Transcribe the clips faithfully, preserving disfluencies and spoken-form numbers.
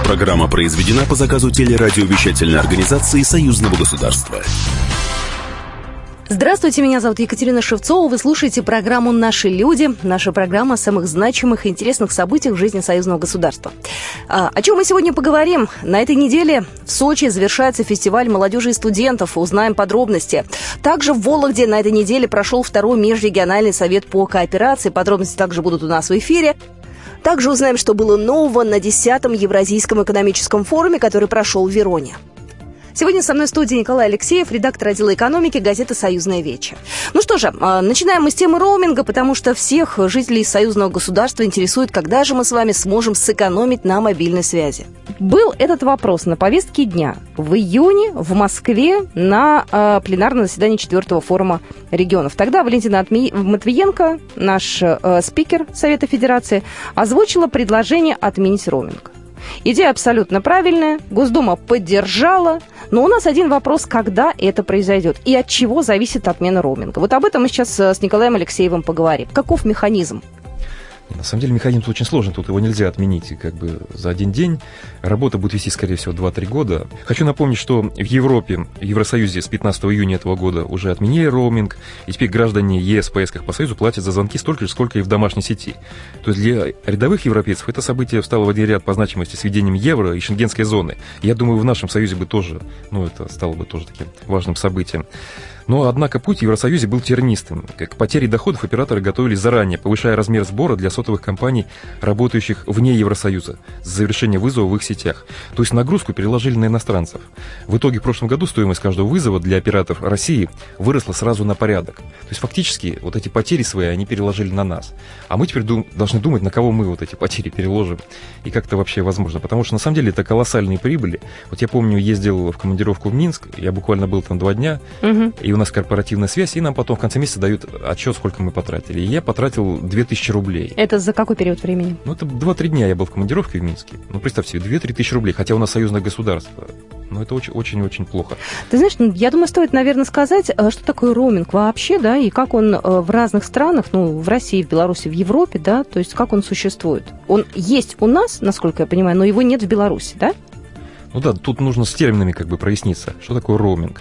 Программа произведена по заказу телерадиовещательной организации Союзного государства. Здравствуйте, меня зовут Екатерина Шевцова. Вы слушаете программу «Наши люди». Наша программа о самых значимых и интересных событиях в жизни союзного государства. А, о чем мы сегодня поговорим? На этой неделе в Сочи завершается фестиваль молодежи и студентов. Узнаем подробности. Также в Вологде на этой неделе прошел второй межрегиональный совет по кооперации. Подробности также будут у нас в эфире. Также узнаем, что было нового на десятом Евразийском экономическом форуме, который прошел в Вероне. Сегодня со мной в студии Николай Алексеев, редактор отдела экономики газеты «Союзная Веча». Ну что же, начинаем мы с темы роуминга, потому что всех жителей союзного государства интересует, когда же мы с вами сможем сэкономить на мобильной связи. Был этот вопрос на повестке дня в июне в Москве на э, пленарном заседании четвертого форума регионов. Тогда Валентина Отми... Матвиенко, наш э, спикер Совета Федерации, озвучила предложение отменить роуминг. Идея абсолютно правильная, Госдума поддержала, но у нас один вопрос, когда это произойдет и от чего зависит отмена роуминга. Вот об этом мы сейчас с Николаем Алексеевым поговорим. Каков механизм? На самом деле механизм очень сложный, тут его нельзя отменить как бы за один день. Работа будет вести, скорее всего, два-три года. Хочу напомнить, что в Европе, в Евросоюзе с пятнадцатого июня этого года уже отменили роуминг, и теперь граждане ЕС в поездках по Союзу платят за звонки столько же, сколько и в домашней сети. То есть для рядовых европейцев это событие встало в один ряд по значимости с введением евро и шенгенской зоны. Я думаю, в нашем Союзе бы тоже, ну, это стало бы тоже таким важным событием. Но, однако, путь в Евросоюзе был тернистым. К потере доходов операторы готовились заранее, повышая размер сбора для сотовых компаний, работающих вне Евросоюза, с завершения вызова в их сетях. То есть нагрузку переложили на иностранцев. В итоге в прошлом году стоимость каждого вызова для операторов России выросла сразу на порядок. То есть фактически вот эти потери свои они переложили на нас. А мы теперь дум- должны думать, на кого мы вот эти потери переложим и как это вообще возможно. Потому что на самом деле это колоссальные прибыли. Вот я помню, ездил в командировку в Минск, я буквально был там два дня, угу. и у нас корпоративная связь, и нам потом в конце месяца дают отчет, сколько мы потратили. И я потратил две тысячи рублей. Это за какой период времени? Ну, это два-три дня я был в командировке в Минске. Ну, представьте себе, две-три тысячи рублей, хотя у нас союзное государство. Ну, это очень-очень плохо. Ты знаешь, я думаю, стоит, наверное, сказать, что такое роуминг вообще, да, и как он в разных странах, ну, в России, в Беларуси, в Европе, да, то есть как он существует. Он есть у нас, насколько я понимаю, но его нет в Беларуси, да? Ну да, тут нужно с терминами как бы проясниться, что такое роуминг.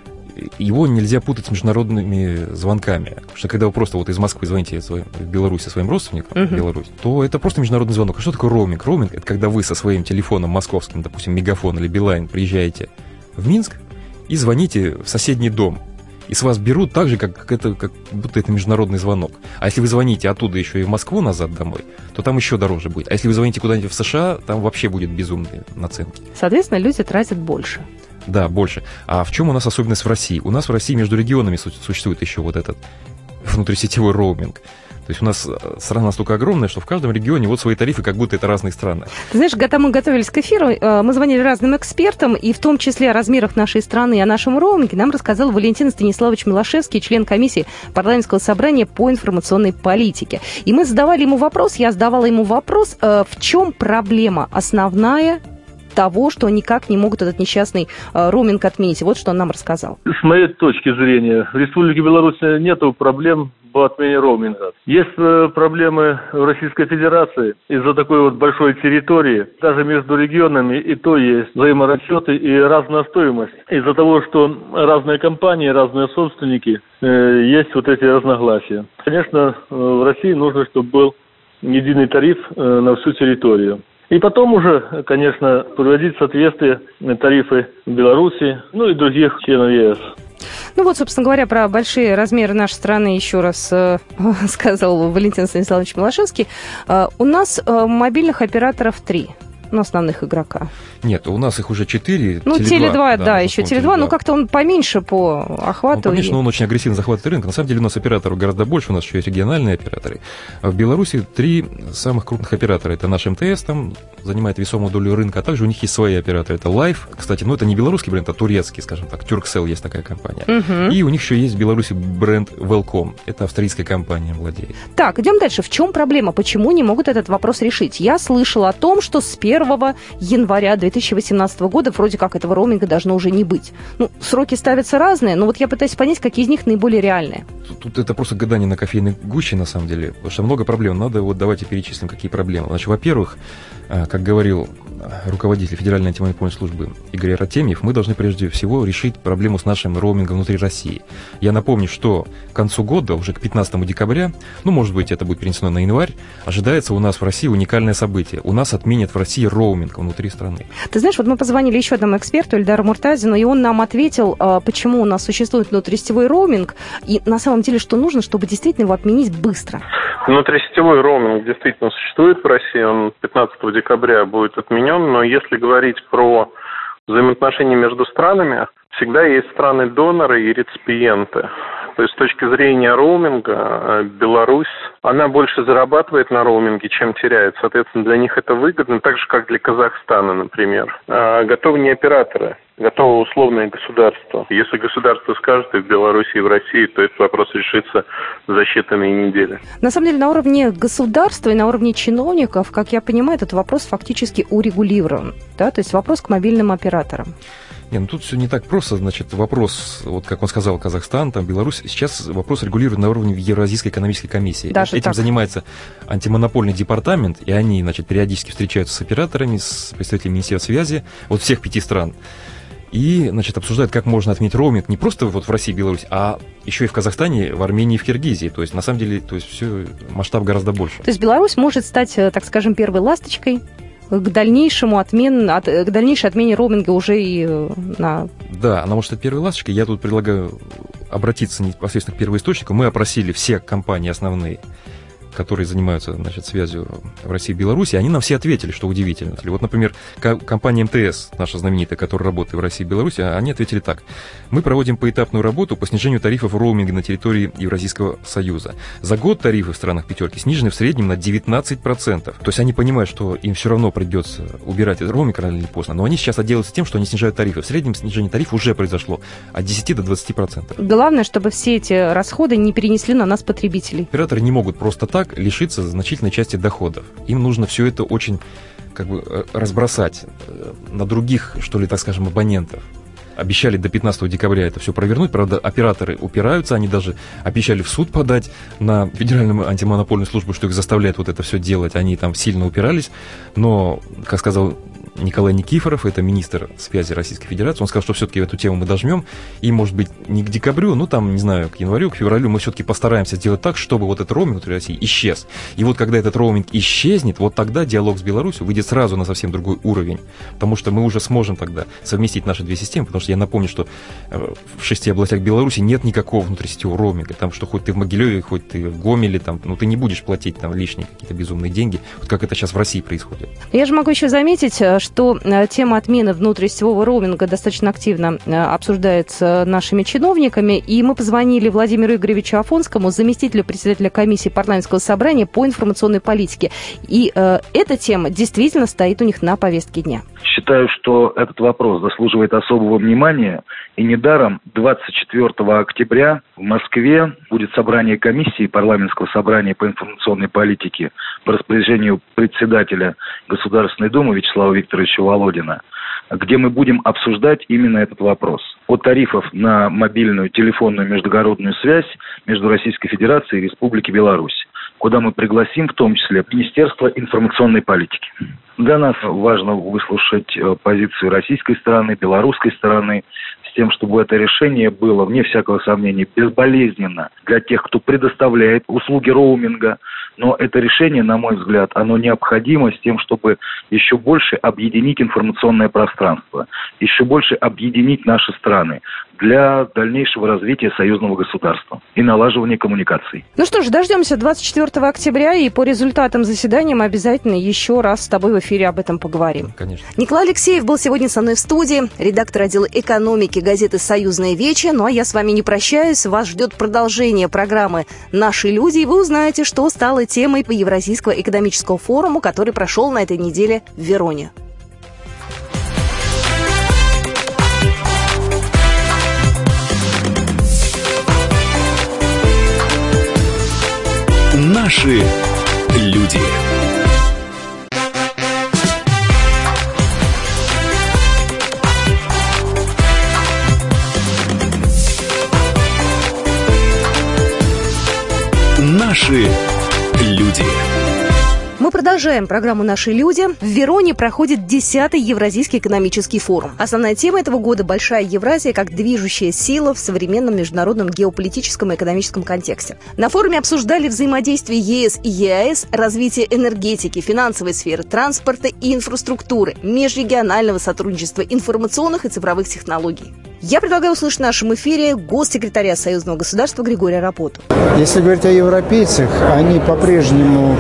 Его нельзя путать с международными звонками. Потому что когда вы просто вот из Москвы звоните своим, в Беларуси своим родственникам, uh-huh. в Беларусь, то это просто международный звонок. А что такое роуминг? Роуминг – это когда вы со своим телефоном московским, допустим, Мегафон или Билайн, приезжаете в Минск и звоните в соседний дом. И с вас берут так же, как, это, как будто это международный звонок. А если вы звоните оттуда еще и в Москву назад домой, то там еще дороже будет. А если вы звоните куда-нибудь в США, там вообще будет безумные наценки. Соответственно, люди тратят больше. Да, больше. А в чем у нас особенность в России? У нас в России между регионами существует еще вот этот внутрисетевой роуминг. То есть у нас страна настолько огромная, что в каждом регионе вот свои тарифы, как будто это разные страны. Ты знаешь, когда мы готовились к эфиру, мы звонили разным экспертам, и в том числе о размерах нашей страны и о нашем роуминге нам рассказал Валентин Станиславович Милошевский, член комиссии парламентского собрания по информационной политике. И мы задавали ему вопрос, я задавала ему вопрос, в чем проблема основная того, что никак не могут этот несчастный э, роуминг отменить. Вот что он нам рассказал. С моей точки зрения, в Республике Беларусь нет проблем по отмене роуминга. Есть э, проблемы в Российской Федерации из-за такой вот большой территории. Даже между регионами и то есть взаиморасчеты и разная стоимость. Из-за того, что разные компании, разные собственники, э, есть вот эти разногласия. Конечно, э, в России нужно, чтобы был единый тариф э, на всю территорию. И потом уже, конечно, приводить в соответствие тарифы Беларуси, ну и других членов ЕС. Ну вот, собственно говоря, про большие размеры нашей страны еще раз э, сказал Валентин Станиславович Милошевский. Э, у нас э, мобильных операторов три. Ну, основных игрока. Нет, у нас их уже четыре. Ну, Теле два, да, да, еще Теле два, но как-то он поменьше по охвату. Ну, конечно, и... он очень агрессивно захватывает рынок. На самом деле у нас операторов гораздо больше, у нас еще есть региональные операторы. А в Беларуси три самых крупных оператора. Это наш МТС, там занимает весомую долю рынка, а также у них есть свои операторы. Это Life, кстати, ну, это не белорусский бренд, а турецкий, скажем так. Turkcell есть такая компания. Угу. И у них еще есть в Беларуси бренд Welcome. Это австрийская компания владеет. Так, идем дальше. В чем проблема? Почему не могут этот вопрос решить? Я слышала о том, что с первого января две тысячи восемнадцатого года вроде как этого роуминга должно уже не быть. Ну, сроки ставятся разные, но вот я пытаюсь понять, какие из них наиболее реальные. Тут, тут это просто гадание на кофейной гуще, на самом деле, потому что много проблем. Надо, вот давайте перечислим, какие проблемы. Значит, во-первых, как говорил руководитель Федеральной антимонопольной службы Игорь Артемьев, мы должны прежде всего решить проблему с нашим роумингом внутри России. Я напомню, что к концу года, уже к пятнадцатому декабря, ну, может быть, это будет перенесено на январь, ожидается у нас в России уникальное событие. У нас отменят в России роуминг внутри страны. Ты знаешь, вот мы позвонили еще одному эксперту, Эльдару Муртазину, и он нам ответил, почему у нас существует внутрисетевой роуминг, и на самом деле, что нужно, чтобы действительно его отменить быстро. Внутрисетевой роуминг действительно существует в России, он пятнадцатого декабря будет отменен, но если говорить про взаимоотношения между странами, всегда есть страны-доноры и реципиенты. То есть с точки зрения роуминга Беларусь, она больше зарабатывает на роуминге, чем теряет. Соответственно, для них это выгодно, так же, как для Казахстана, например. А готовы не операторы, готово условное государство. Если государство скажет и в Беларуси, и в России, то этот вопрос решится за считанные недели. На самом деле, на уровне государства и на уровне чиновников, как я понимаю, этот вопрос фактически урегулирован. Да? То есть вопрос к мобильным операторам. Не, ну тут все не так просто, значит, вопрос, вот как он сказал, Казахстан, там, Беларусь, сейчас вопрос регулирует на уровне Евразийской экономической комиссии. Даже Этим так. занимается антимонопольный департамент, и они, значит, периодически встречаются с операторами, с представителями Министерства связи, вот всех пяти стран, и, значит, обсуждают, как можно отменить роуминг не просто вот в России и Беларусь, а еще и в Казахстане, в Армении и в Киргизии. То есть, на самом деле, то есть, все, масштаб гораздо больше. То есть Беларусь может стать, так скажем, первой ласточкой к дальнейшему отмен, от, к дальнейшей отмене роуминга уже и на... Да, она может стать первой ласточкой. Я тут предлагаю обратиться непосредственно к первоисточнику. Мы опросили все компании основные, которые занимаются, значит, связью в России и Беларуси, они нам все ответили, что удивительно. Вот, например, компания эм тэ эс, наша знаменитая, которая работает в России и Беларуси, они ответили так. Мы проводим поэтапную работу по снижению тарифов роуминга на территории Евразийского Союза. За год тарифы в странах пятерки снижены в среднем на девятнадцать процентов. То есть они понимают, что им все равно придется убирать этот роуминг рано или поздно, но они сейчас отделаются тем, что они снижают тарифы. В среднем снижение тарифа уже произошло от десяти до двадцати процентов. Главное, чтобы все эти расходы не перенесли на нас, потребителей. Операторы не могут просто так лишиться значительной части доходов. Им нужно все это очень, как бы, разбросать на других, что ли, так скажем, абонентов. Обещали до пятнадцатого декабря это все провернуть. Правда, операторы упираются, они даже обещали в суд подать на Федеральную антимонопольную службу, что их заставляет вот это все делать. Они там сильно упирались, но, как сказал Николай Никифоров, это министр связи Российской Федерации, он сказал, что все-таки эту тему мы дожмем, и, может быть, не к декабрю, ну, там, не знаю, к январю, к февралю мы все-таки постараемся сделать так, чтобы вот этот роуминг внутри России исчез. И вот когда этот роуминг исчезнет, вот тогда диалог с Беларусью выйдет сразу на совсем другой уровень, потому что мы уже сможем тогда совместить наши две системы, потому что я напомню, что в шести областях Беларуси нет никакого внутрисетевого роуминга, там, что хоть ты в Могилеве, хоть ты в Гомеле, там, ну, ты не будешь платить там лишние какие-то безумные деньги, вот как это сейчас в России происходит. Я же могу еще заметить, что тема отмены внутрисетевого роуминга достаточно активно обсуждается нашими чиновниками, и мы позвонили Владимиру Игоревичу Афонскому, заместителю председателя комиссии парламентского собрания по информационной политике, и э, эта тема действительно стоит у них на повестке дня. Считаю, что этот вопрос заслуживает особого внимания, и недаром двадцать четвёртого октября в Москве будет собрание комиссии парламентского собрания по информационной политике по распоряжению председателя Государственной Думы Вячеслава Викторовича Володина, где мы будем обсуждать именно этот вопрос. От тарифов на мобильную телефонную междугородную связь между Российской Федерацией и Республикой Беларусь, куда мы пригласим в том числе Министерство информационной политики. Для нас важно выслушать позицию российской стороны, белорусской стороны, с тем, чтобы это решение было, вне всякого сомнения, безболезненно для тех, кто предоставляет услуги роуминга. Но это решение, на мой взгляд, оно необходимо с тем, чтобы еще больше объединить информационное пространство, еще больше объединить наши страны для дальнейшего развития союзного государства и налаживания коммуникаций. Ну что ж, дождемся двадцать четвёртого октября, и по результатам заседания мы обязательно еще раз с тобой в эфире об этом поговорим. Конечно. Николай Алексеев был сегодня со мной в студии, редактор отдела экономики газеты «Союзная Вече». Ну а я с вами не прощаюсь. Вас ждет продолжение программы «Наши люди», и вы узнаете, что стало темой по Евразийского экономического форума, который прошел на этой неделе в Вероне. Наши люди. Наши люди. Мы продолжаем Продолжаем программу «Наши люди». В Вероне проходит десятый Евразийский экономический форум. Основная тема этого года – Большая Евразия как движущая сила в современном международном геополитическом и экономическом контексте. На форуме обсуждали взаимодействие ЕС и ЕАЭС, развитие энергетики, финансовой сферы, транспорта и инфраструктуры, межрегионального сотрудничества, информационных и цифровых технологий. Я предлагаю услышать в нашем эфире госсекретаря Союзного государства Григория Рапоту. Если говорить о европейцах, они по-прежнему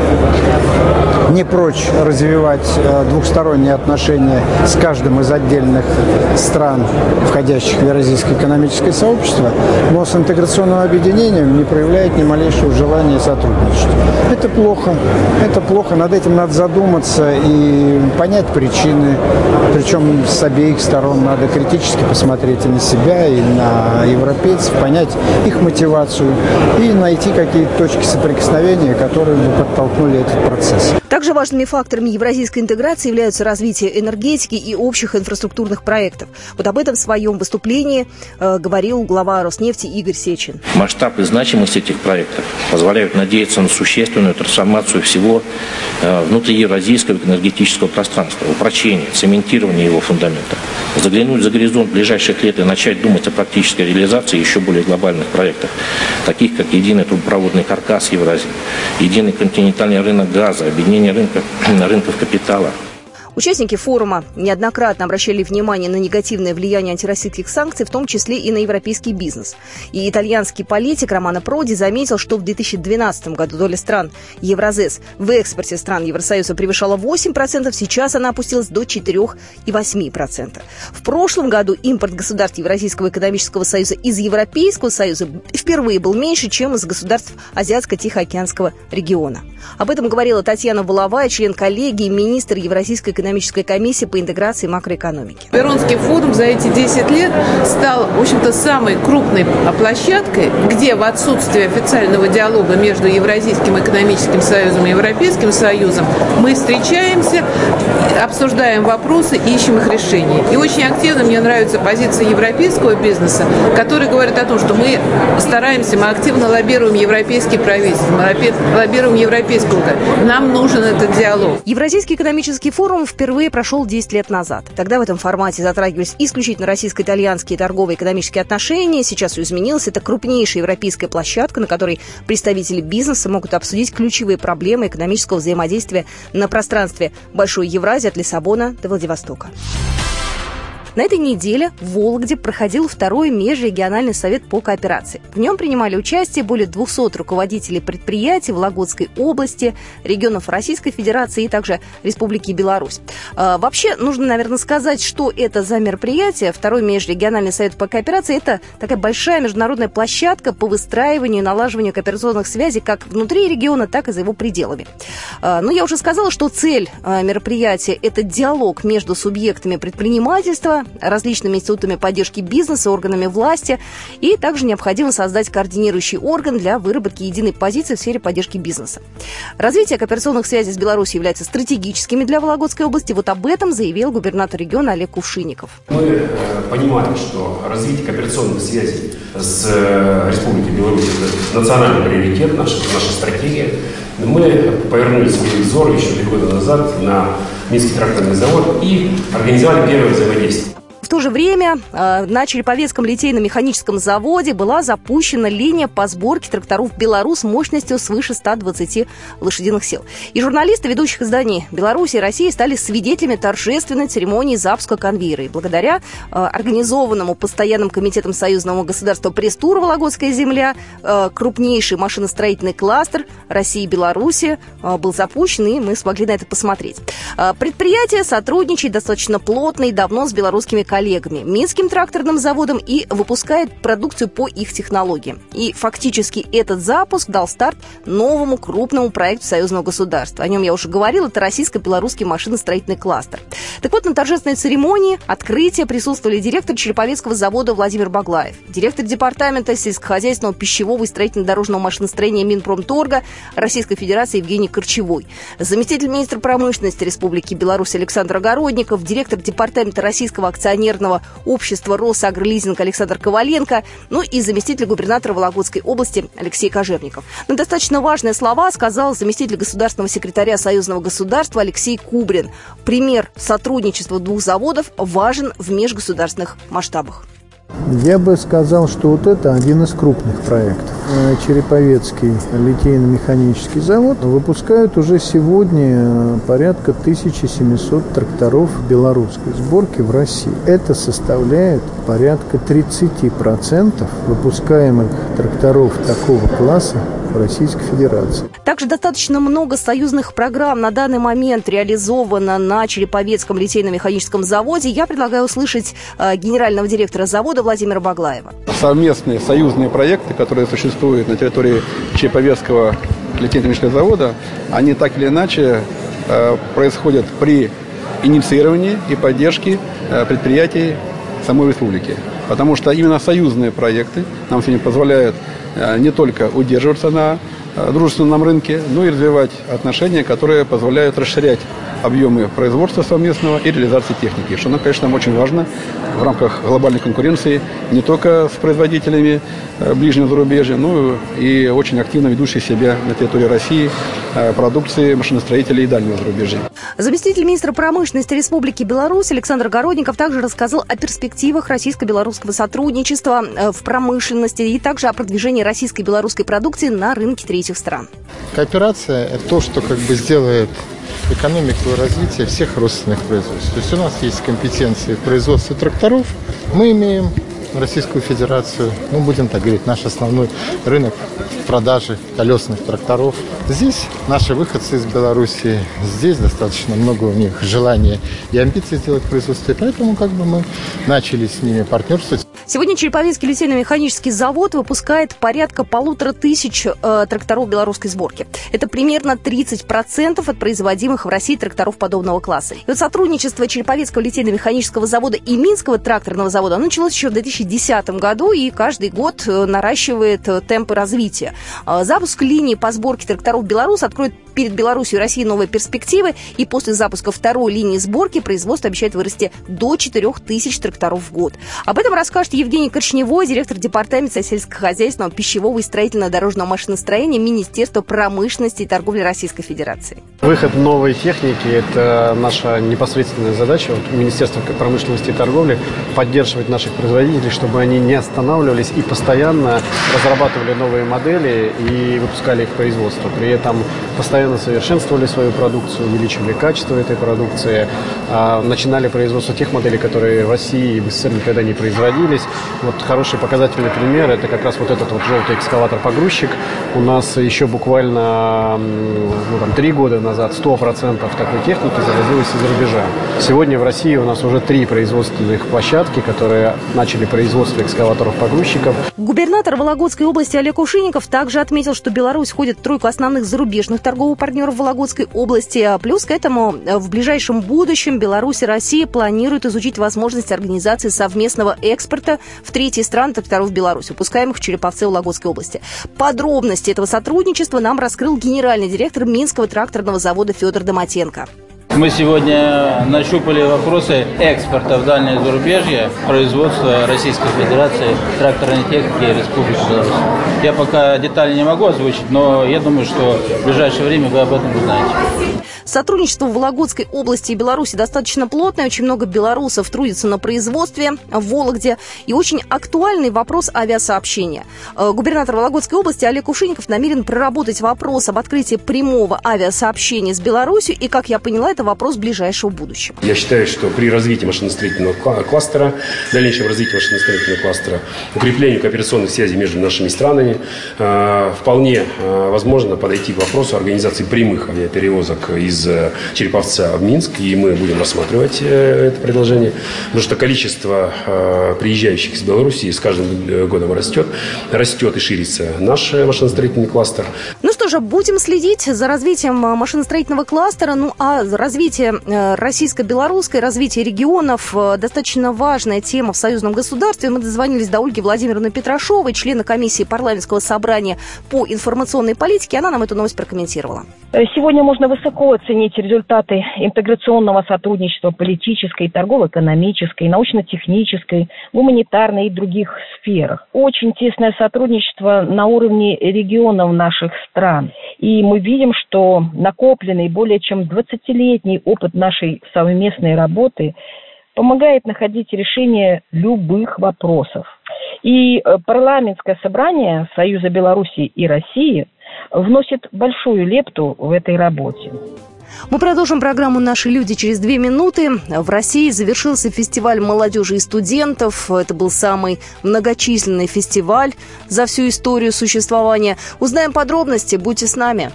не прочь развивать двухсторонние отношения с каждым из отдельных стран, входящих в Евразийское экономическое сообщество, но с интеграционным объединением не проявляют ни малейшего желания сотрудничать. Это плохо. Это плохо. Над этим надо задуматься и понять причины. Причем с обеих сторон надо критически посмотреть и на себя, и на европейцев, понять их мотивацию и найти какие-то точки соприкосновения, которые бы подтолкнули этот процесс. Также важными факторами евразийской интеграции являются развитие энергетики и общих инфраструктурных проектов. Вот об этом в своем выступлении э, говорил глава Роснефти Игорь Сечин. Масштаб и значимость этих проектов позволяют надеяться на существенную трансформацию всего э, внутриевразийского энергетического пространства, упрочение, цементирование его фундамента. Заглянуть за горизонт ближайших лет и начать думать о практической реализации еще более глобальных проектов, таких как единый трубопроводный каркас Евразии, единый континентальный рынок газа, объединение рынка, рынков капитала. Участники форума неоднократно обращали внимание на негативное влияние антироссийских санкций, в том числе и на европейский бизнес. И итальянский политик Романо Проди заметил, что в две тысячи двенадцатом году доля стран Евразес в экспорте стран Евросоюза превышала восемь процентов, сейчас она опустилась до четыре целых восемь десятых процента. В прошлом году импорт государств Евразийского экономического союза из Европейского союза впервые был меньше, чем из государств Азиатско-Тихоокеанского региона. Об этом говорила Татьяна Воловая, член коллегии, министр Евразийской экономической комиссии по интеграции и макроэкономике. Веронский форум за эти десять лет стал, в общем-то, самой крупной площадкой, где в отсутствии официального диалога между Евразийским экономическим союзом и Европейским союзом мы встречаемся, обсуждаем вопросы, ищем их решения. И очень активно мне нравится позиция европейского бизнеса, который говорит о том, что мы стараемся, мы активно лоббируем европейские правительства, мы лоббируем европейскую. Нам нужен этот диалог. Евразийский экономический форум впервые прошел десять лет назад. Тогда в этом формате затрагивались исключительно российско-итальянские торговые и экономические отношения. Сейчас все изменилось. Это крупнейшая европейская площадка, на которой представители бизнеса могут обсудить ключевые проблемы экономического взаимодействия на пространстве Большой Евразии от Лиссабона до Владивостока. На этой неделе в Вологде проходил второй межрегиональный совет по кооперации. В нем принимали участие более двухсот руководителей предприятий Вологодской области, регионов Российской Федерации и также Республики Беларусь. А, вообще, нужно, наверное, сказать, что это за мероприятие. Второй межрегиональный совет по кооперации – это такая большая международная площадка по выстраиванию и налаживанию кооперационных связей как внутри региона, так и за его пределами. А, ну, я уже сказала, что цель а, мероприятия – это диалог между субъектами предпринимательства, различными институтами поддержки бизнеса, органами власти, и также необходимо создать координирующий орган для выработки единой позиции в сфере поддержки бизнеса. Развитие кооперационных связей с Беларусью является стратегическими для Вологодской области. Вот об этом заявил губернатор региона Олег Кувшинников. Мы э, понимаем, что развитие кооперационных связей с э, Республикой Беларусь – это национальный приоритет, наша, наша стратегия. Мы повернули свой взор еще три года назад на Минский тракторный завод и организовали первое взаимодействие. В то же время э, на Череповецком литейно-механическом заводе была запущена линия по сборке тракторов «Беларус» мощностью свыше ста двадцати лошадиных сил. И журналисты ведущих изданий Беларуси и России стали свидетелями торжественной церемонии запуска конвейера. И благодаря э, организованному постоянным комитетом Союзного государства пресс-тур «Вологодская земля» э, крупнейший машиностроительный кластер России и Беларуси э, был запущен, и мы смогли на это посмотреть. Э, предприятие сотрудничает достаточно плотно и давно с белорусскими коллегами. коллегами, Минским тракторным заводом, и выпускает продукцию по их технологиям. И фактически этот запуск дал старт новому крупному проекту союзного государства. О нем я уже говорила, это российско-белорусский машиностроительный кластер. Так вот, на торжественной церемонии открытия присутствовали директор Череповецкого завода Владимир Баглаев, директор департамента сельскохозяйственного, пищевого и строительно-дорожного машиностроения Минпромторга Российской Федерации Евгений Корчевой, заместитель министра промышленности Республики Беларусь Александр Огородников, директор департамента российского акционерного акционерного общества «Росагролизинг» Александр Коваленко, ну и заместитель губернатора Вологодской области Алексей Кожевников. Но достаточно важные слова сказал заместитель государственного секретаря Союзного государства Алексей Кубрин. Пример сотрудничества двух заводов важен в межгосударственных масштабах. Я бы сказал, что вот это один из крупных проектов. Череповецкий литейно-механический завод выпускают уже сегодня порядка тысяча семьсот тракторов белорусской сборки в России. Это составляет порядка тридцать процентов выпускаемых тракторов такого класса в Российской Федерации. Также достаточно много союзных программ на данный момент реализовано на Череповецком литейно-механическом заводе. Я предлагаю услышать э, генерального директора завода Владимира Баглаева. Совместные союзные проекты, которые существуют на территории Череповецкого литейно-механического завода, они так или иначе э, происходят при инициировании и поддержке э, предприятий самой республики. Потому что именно союзные проекты нам сегодня позволяют э, не только удерживаться на э, дружественном рынке, но и развивать отношения, которые позволяют расширять объемы производства совместного и реализации техники, что, ну, конечно, нам очень важно в рамках глобальной конкуренции не только с производителями ближнего зарубежья, но и очень активно ведущие себя на территории России продукции машиностроителей и дальнего зарубежья. Заместитель министра промышленности Республики Беларусь Александр Городников также рассказал о перспективах российско-белорусского сотрудничества в промышленности и также о продвижении российской и белорусской продукции на рынке третьих стран. Кооперация – это то, что как бы сделает экономику и развитие всех родственных производств. То есть у нас есть компетенции в производстве тракторов, мы имеем Российскую Федерацию, ну, будем так говорить, наш основной рынок продажи колесных тракторов. Здесь наши выходцы из Беларуси, здесь достаточно много у них желания и амбиций сделать производство, и поэтому как бы мы начали с ними партнерствовать. Сегодня Череповецкий литейно-механический завод выпускает порядка полутора тысяч э, тракторов белорусской сборки. Это примерно тридцать процентов от производимых в России тракторов подобного класса. И вот сотрудничество Череповецкого литейно-механического завода и Минского тракторного завода началось еще в две тысячи десятом году и каждый год наращивает темпы развития. Запуск линии по сборке тракторов «Беларусь» откроет перед Беларусью и Россией новые перспективы, и после запуска второй линии сборки производство обещает вырасти до четырех тысяч тракторов в год. Об этом расскажет Евгений Корчневой, директор департамента сельскохозяйственного, пищевого и строительно-дорожного машиностроения Министерства промышленности и торговли Российской Федерации. Выход новой техники – это наша непосредственная задача. Вот Министерство промышленности и торговли поддерживать наших производителей, чтобы они не останавливались и постоянно разрабатывали новые модели и выпускали их в производство. При этом постоянно совершенствовали свою продукцию, увеличивали качество этой продукции, начинали производство тех моделей, которые в России и в СССР никогда не производились. Вот хороший показательный пример – это как раз вот этот вот желтый экскаватор-погрузчик. У нас еще буквально ну, там, три года назад сто процентов такой техники завозилось из-за рубежа. Сегодня в России у нас уже три производственных площадки, которые начали производство экскаваторов-погрузчиков. Губернатор Вологодской области Олег Ушинников также отметил, что Беларусь входит в тройку основных зарубежных торговых партнеров Вологодской области. Плюс к этому в ближайшем будущем Беларусь и Россия планируют изучить возможность организации совместного экспорта в третьи страны тракторов Беларусь, выпускаемых в Череповце Вологодской области. Подробности этого сотрудничества нам раскрыл генеральный директор Минского тракторного завода Федор Доматенко. Мы сегодня нащупали вопросы экспорта в дальнее зарубежье, производства Российской Федерации тракторной техники Республики Беларусь. Я пока детали не могу озвучить, но я думаю, что в ближайшее время вы об этом узнаете. Сотрудничество в Вологодской области и Беларуси достаточно плотное. Очень много белорусов трудится на производстве в Вологде. И очень актуальный вопрос авиасообщения. Губернатор Вологодской области Олег Ушинников намерен проработать вопрос об открытии прямого авиасообщения с Беларусью. И, как я поняла, это вопрос ближайшего будущего. Я считаю, что при развитии машиностроительного кластера, дальнейшем развитии машиностроительного кластера, укреплению кооперационных связей между нашими странами, вполне возможно подойти к вопросу организации прямых авиаперевозок из Череповца в Минск, и мы будем рассматривать это предложение, потому что количество приезжающих из Беларуси с каждым годом растет, растет и ширится наш машиностроительный кластер. Ну что что же, будем следить за развитием машиностроительного кластера. Ну, а развитие российско-белорусской, развитие регионов – достаточно важная тема в союзном государстве. Мы дозвонились до Ольги Владимировны Петрашовой, члена комиссии парламентского собрания по информационной политике. Она нам эту новость прокомментировала. Сегодня можно высоко оценить результаты интеграционного сотрудничества политической, торгово-экономической, научно-технической, гуманитарной и других сферах. Очень тесное сотрудничество на уровне регионов наших стран. И мы видим, что накопленный более чем двадцатилетний опыт нашей совместной работы помогает находить решение любых вопросов. И парламентское собрание Союза Беларуси и России вносит большую лепту в этой работе. Мы продолжим программу «Наши люди» через две минуты. В России завершился фестиваль молодежи и студентов. Это был самый многочисленный фестиваль за всю историю существования. Узнаем подробности. Будьте с нами.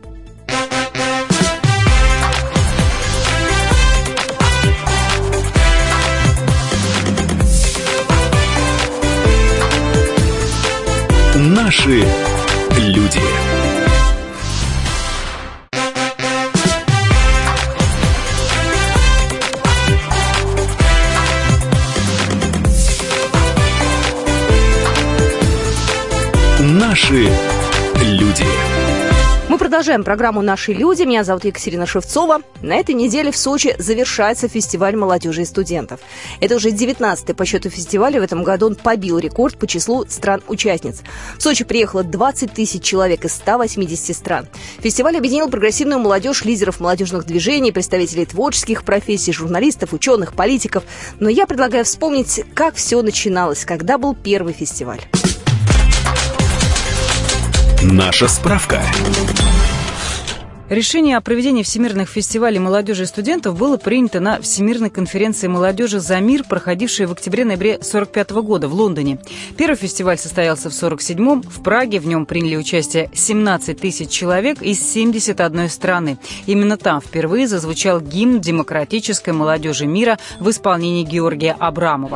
Наши люди. Наши люди. Мы продолжаем программу «Наши люди». Меня зовут Екатерина Шевцова. На этой неделе в Сочи завершается фестиваль молодежи и студентов. Это уже девятнадцатый по счету фестиваля. В этом году он побил рекорд по числу стран-участниц. В Сочи приехало двадцать тысяч человек из ста восьмидесяти стран. Фестиваль объединил прогрессивную молодежь, лидеров молодежных движений, представителей творческих профессий, журналистов, ученых, политиков. Но я предлагаю вспомнить, как все начиналось, когда был первый фестиваль. Наша справка. Решение о проведении всемирных фестивалей молодежи и студентов было принято на Всемирной конференции молодежи «За мир», проходившей в октябре-ноябре сорок пятого года в Лондоне. Первый фестиваль состоялся в сорок седьмом. В Праге в нем приняли участие семнадцать тысяч человек из семидесяти одной страны. Именно там впервые зазвучал гимн демократической молодежи мира в исполнении Георгия Абрамова.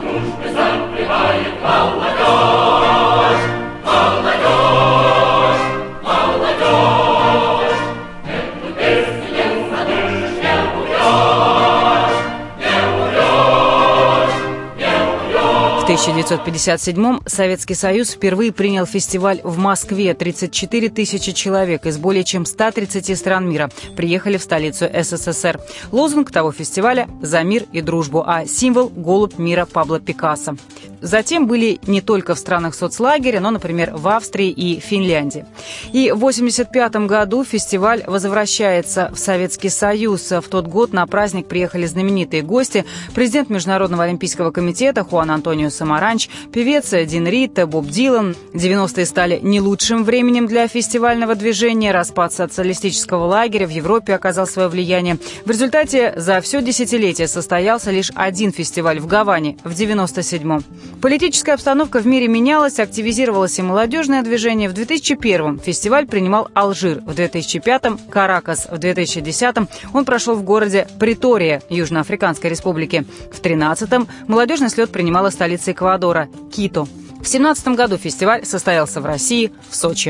В тысяча девятьсот пятьдесят седьмом Советский Союз впервые принял фестиваль в Москве. тридцать четыре тысячи человек из более чем ста тридцати стран мира приехали в столицу СССР. Лозунг того фестиваля «За мир и дружбу», а символ – голубь мира Пабло Пикассо. Затем были не только в странах соцлагеря, но, например, в Австрии и Финляндии. И в восемьдесят пятом году фестиваль возвращается в Советский Союз. В тот год на праздник приехали знаменитые гости: президент Международного олимпийского комитета Хуан Антонио Самаранч, певец Дин Рид, Боб Дилан. девяностые стали не лучшим временем для фестивального движения. Распад социалистического лагеря в Европе оказал свое влияние. В результате за все десятилетие состоялся лишь один фестиваль в Гаване в девяносто седьмом. Политическая обстановка в мире менялась, активизировалось и молодежное движение. В две тысячи первом фестиваль принимал Алжир, в две тысячи пятом – Каракас, в две тысячи десятом он прошел в городе Притория Южноафриканской республики. В две тысячи тринадцатом молодежный слет принимала столица Эквадора – Кито. В две тысячи семнадцатом году фестиваль состоялся в России, в Сочи.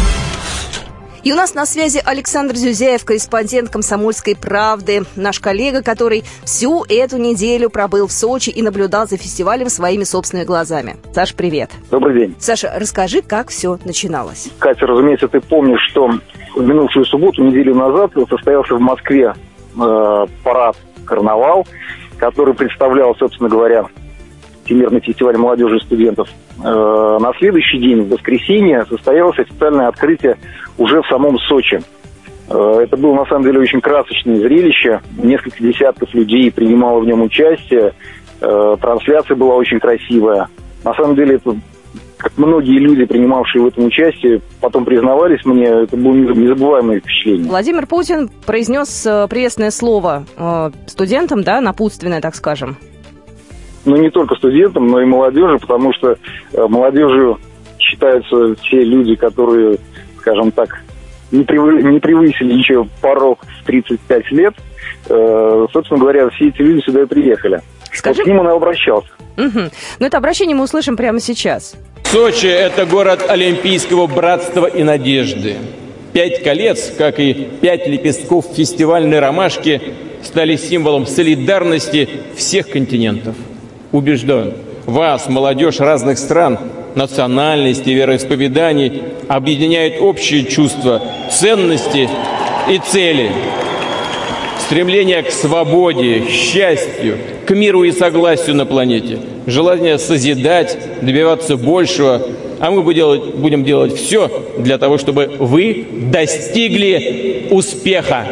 И у нас на связи Александр Зюзяев, корреспондент «Комсомольской правды», наш коллега, который всю эту неделю пробыл в Сочи и наблюдал за фестивалем своими собственными глазами. Саш, привет. Добрый день. Саша, расскажи, как все начиналось. Катя, разумеется, ты помнишь, что в минувшую субботу, неделю назад, состоялся в Москве э, парад «Карнавал», который представлял, собственно говоря, Всемирный фестиваль молодежи и студентов. Э, на следующий день, в воскресенье, состоялось официальное открытие уже в самом Сочи. Э, это было, на самом деле, очень красочное зрелище. Несколько десятков людей принимало в нем участие. Э, трансляция была очень красивая. На самом деле, это, как многие люди, принимавшие в этом участие, потом признавались мне, это было незабываемое впечатление. Владимир Путин произнес приветственное слово э, студентам, да, напутственное, так скажем. Ну, не только студентам, но и молодежи, потому что э, молодежью считаются все люди, которые, скажем так, не, превы, не превысили еще порог в тридцать пять лет. Э, собственно говоря, все эти люди сюда и приехали. Скажи... Вот к ним он и обращался. Угу. Но это обращение мы услышим прямо сейчас. Сочи – это город олимпийского братства и надежды. Пять колец, как и пять лепестков фестивальной ромашки, стали символом солидарности всех континентов. Убежден, вас, молодежь разных стран, национальностей, вероисповеданий, объединяет общее чувство ценности и цели. Стремление к свободе, счастью, к миру и согласию на планете. Желание созидать, добиваться большего. А мы будем делать, будем делать все для того, чтобы вы достигли успеха.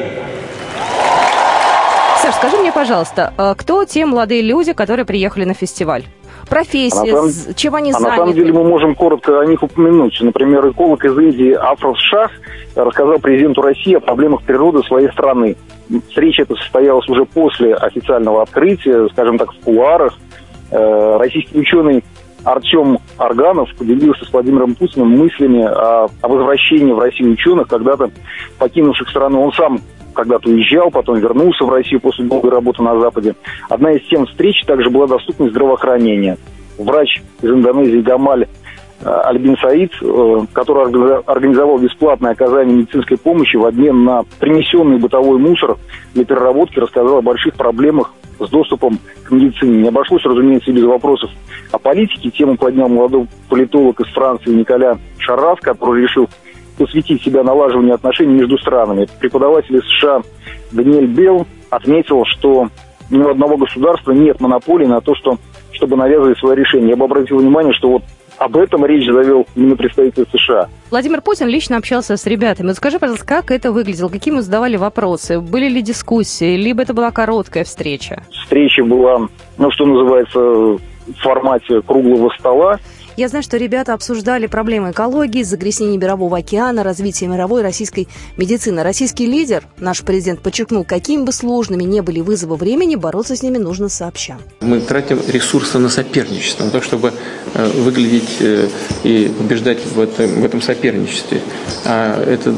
Саш, скажи мне, пожалуйста, кто те молодые люди, которые приехали на фестиваль? Профессия, а самом, чем они а заняты? На самом деле мы можем коротко о них упомянуть. Например, эколог из Индии Афроз Шах рассказал президенту России о проблемах природы своей страны. Встреча эта состоялась уже после официального открытия, скажем так, в кулуарах. Российский ученый Артем Арганов поделился с Владимиром Путиным мыслями о, о возвращении в Россию ученых, когда-то покинувших страну. Он сам когда-то уезжал, потом вернулся в Россию после долгой работы на Западе. Одна из тем встреч также была доступность здравоохранения. Врач из Индонезии Гамаль Альбин Саид, который организовал бесплатное оказание медицинской помощи в обмен на принесенный бытовой мусор для переработки, рассказал о больших проблемах с доступом к медицине. Не обошлось, разумеется, и без вопросов о политике. Тему поднял молодой политолог из Франции Николя Шаррас, который решил посвятить себя налаживанию отношений между странами. Преподаватель из США Даниэль Белл отметил, что ни у одного государства нет монополии на то, что, чтобы навязывать свои решения. Я бы обратил внимание, что вот об этом речь завел именно представитель США. Владимир Путин лично общался с ребятами. Вот скажи, пожалуйста, как это выглядело? Какие ему задавали вопросы? Были ли дискуссии? Либо это была короткая встреча? Встреча была, ну, что называется, в формате круглого стола. Я знаю, что ребята обсуждали проблемы экологии, загрязнения Мирового океана, развития мировой российской медицины. Российский лидер, наш президент, подчеркнул, какими бы сложными ни были вызовы времени, бороться с ними нужно сообща. Мы тратим ресурсы на соперничество, на то, чтобы выглядеть и побеждать в этом, в этом соперничестве. А это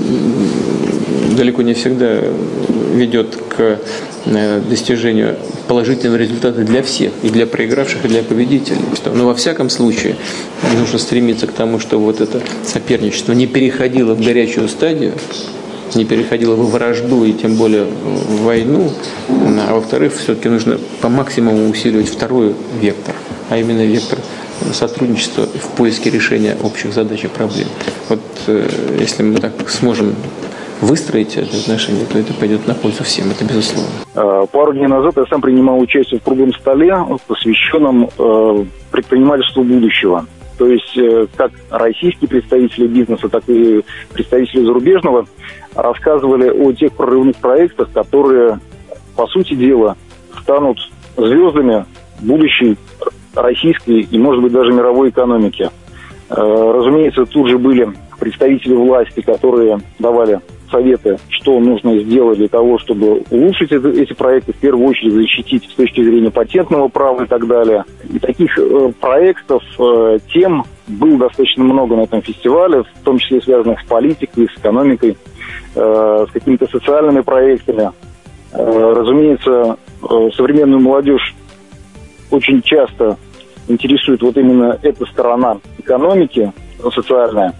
далеко не всегда ведет к достижению положительного результата для всех, и для проигравших, и для победителей. Но во всяком случае нужно стремиться к тому, чтобы вот это соперничество не переходило в горячую стадию, не переходило в вражду и тем более в войну. А во-вторых, все-таки нужно по максимуму усиливать второй вектор, а именно вектор сотрудничества в поиске решения общих задач и проблем. Вот если мы так сможем выстроить это отношение, то это пойдет на пользу всем, это безусловно. Пару дней назад я сам принимал участие в круглом столе, посвященном предпринимательству будущего. То есть как российские представители бизнеса, так и представители зарубежного рассказывали о тех прорывных проектах, которые, по сути дела, станут звездами будущей российской и, может быть, даже мировой экономики. Разумеется, тут же были представители власти, которые давали советы, что нужно сделать для того, чтобы улучшить это, эти проекты, в первую очередь защитить с точки зрения патентного права и так далее. И таких э, проектов, э, тем было достаточно много на этом фестивале, в том числе связанных с политикой, с экономикой, э, с какими-то социальными проектами. Э, разумеется, э, современную молодежь очень часто интересует вот именно эта сторона экономики, социальная.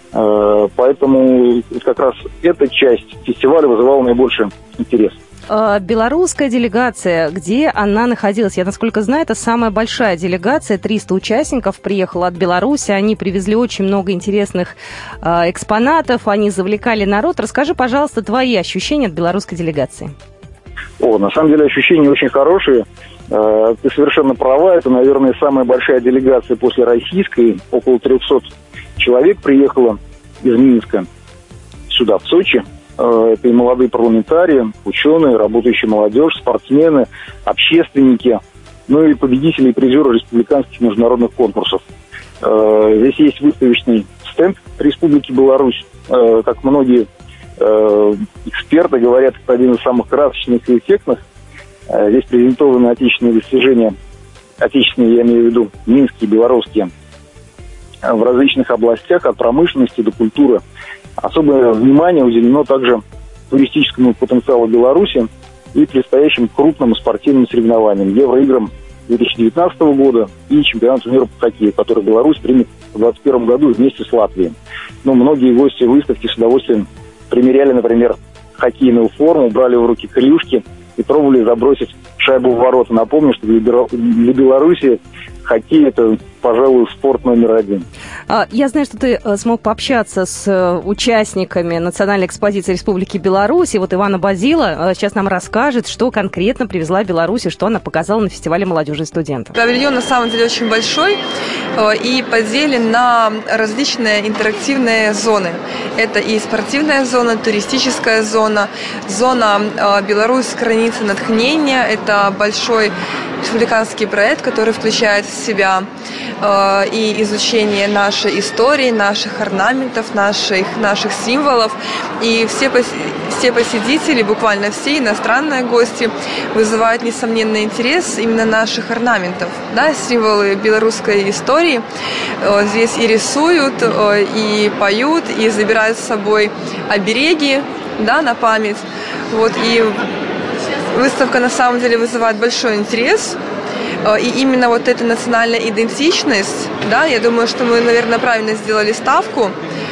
Поэтому как раз эта часть фестиваля вызывала наибольший интерес. Белорусская делегация, где она находилась? Я, насколько знаю, это самая большая делегация, триста участников приехало от Беларуси, они привезли очень много интересных э, экспонатов, они завлекали народ. Расскажи, пожалуйста, твои ощущения от белорусской делегации. О, на самом деле ощущения очень хорошие. Э, ты совершенно права, это, наверное, самая большая делегация после российской, около трехсот человек приехало из Минска сюда, в Сочи. Это и молодые парламентарии, ученые, работающая молодежь, спортсмены, общественники, ну и победители и призеры республиканских международных конкурсов. Здесь есть выставочный стенд Республики Беларусь. Как многие эксперты говорят, это один из самых красочных и эффектных. Здесь презентованы отечественные достижения, отечественные, я имею в виду, минские, белорусские, в различных областях, от промышленности до культуры. Особое внимание уделено также туристическому потенциалу Беларуси и предстоящим крупным спортивным соревнованиям, Евроиграм две тысячи девятнадцатого года и чемпионату мира по хоккею, который Беларусь примет в две тысячи двадцать первом году вместе с Латвией. Но многие гости выставки с удовольствием примеряли, например, хоккейную форму, брали в руки клюшки и пробовали забросить шайбу в ворота. Напомню, что для Беларуси хоккей – это, пожалуй, спорт номер один. Я знаю, что ты смог пообщаться с участниками национальной экспозиции Республики Беларусь. И вот Ивана Базила сейчас нам расскажет, что конкретно привезла Беларусь и что она показала на фестивале молодежи и студентов. Павильон на самом деле очень большой и поделен на различные интерактивные зоны. Это и спортивная зона, туристическая зона, зона «Беларусь. Границы натхнения». Это большой республиканский проект, который включает в себя э, и изучение нашей истории, наших орнаментов, наших, наших символов. И все, пос, все посетители, буквально все иностранные гости, вызывают несомненный интерес именно наших орнаментов. Да, символы белорусской истории э, здесь и рисуют, э, и поют, и забирают с собой обереги, да, на память. Вот, и выставка на самом деле вызывает большой интерес, и именно вот эта национальная идентичность, да, я думаю, что мы, наверное, правильно сделали ставку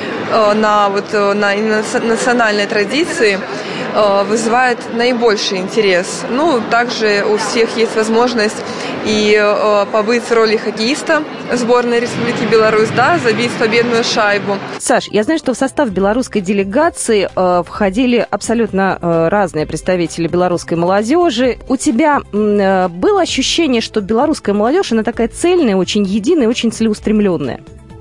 на, вот, на национальные традиции, вызывает наибольший интерес. Ну, также у всех есть возможность и побыть в роли хоккеиста сборной Республики Беларусь, да, забить победную шайбу. Саш, я знаю, что в состав белорусской делегации э, входили абсолютно э, разные представители белорусской молодежи. У тебя э, было ощущение, что белорусская молодежь, она такая цельная, очень единая, очень целеустремленная?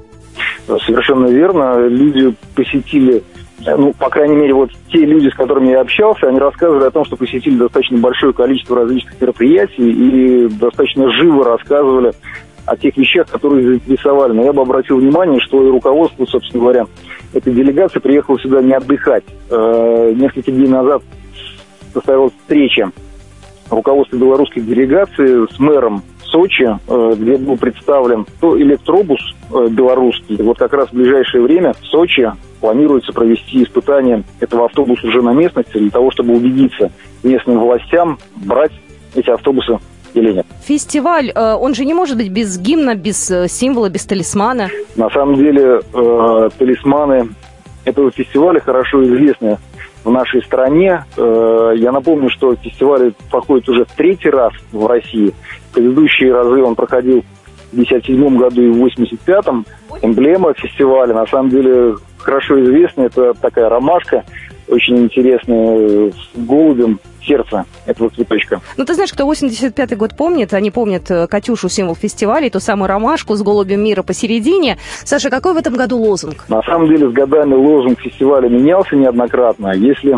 Совершенно верно. Люди посетили, ну, по крайней мере, вот те люди, с которыми я общался, они рассказывали о том, что посетили достаточно большое количество различных мероприятий и достаточно живо рассказывали о тех вещах, которые заинтересовали. Но я бы обратил внимание, что и руководство, собственно говоря, этой делегации приехало сюда не отдыхать. Э, несколько дней назад состоялась встреча руководства белорусской делегации с мэром Сочи, э, где был представлен то электробус э, белорусский. Вот как раз в ближайшее время в Сочи планируется провести испытание этого автобуса уже на местности для того, чтобы убедиться местным властям, брать эти автобусы или нет. Фестиваль, он же не может быть без гимна, без символа, без талисмана. На самом деле, э, талисманы этого фестиваля хорошо известны в нашей стране. Э, я напомню, что фестиваль проходит уже в третий раз в России. В предыдущие разы он проходил в две тысячи пятьдесят седьмом году и в восемьдесят пятом. Эмблема фестиваля, на самом деле, хорошо известна. Это такая ромашка, очень интересная, с голубем. Сердце этого цветочка. Ну, ты знаешь, кто восемьдесят пятый год помнит, они помнят Катюшу, символ фестиваля, и ту самую ромашку с голубем мира посередине. Саша, какой в этом году лозунг? На самом деле, с годами лозунг фестиваля менялся неоднократно. Если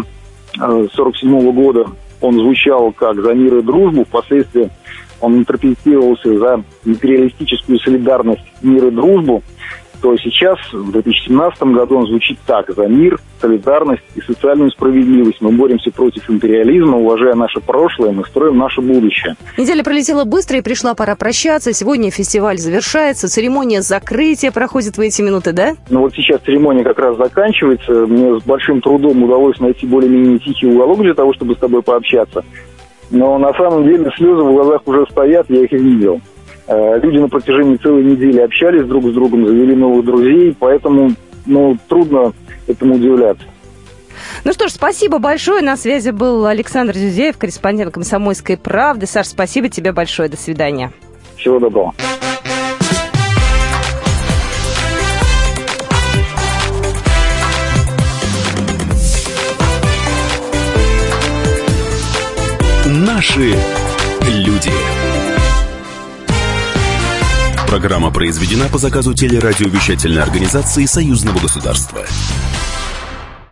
с сорок седьмого года он звучал как «За мир и дружбу», впоследствии он интерпретировался за империалистическую солидарность, мир и дружбу, то сейчас, в две тысячи семнадцатом году, он звучит так: за мир, солидарность и социальную справедливость. Мы боремся против империализма, уважая наше прошлое, мы строим наше будущее. Неделя пролетела быстро, и пришла пора прощаться. Сегодня фестиваль завершается, церемония закрытия проходит в эти минуты, да? Ну вот сейчас церемония как раз заканчивается. Мне с большим трудом удалось найти более-менее тихий уголок для того, чтобы с тобой пообщаться. Но на самом деле слезы в глазах уже стоят, я их видел. Люди на протяжении целой недели общались друг с другом, завели новых друзей, поэтому, ну, трудно этому удивляться. Ну что ж, спасибо большое. На связи был Александр Зюзяев, корреспондент «Комсомольской правды». Саш, спасибо тебе большое. До свидания. Всего доброго. Наши люди. Программа произведена по заказу телерадиовещательной организации Союзного государства.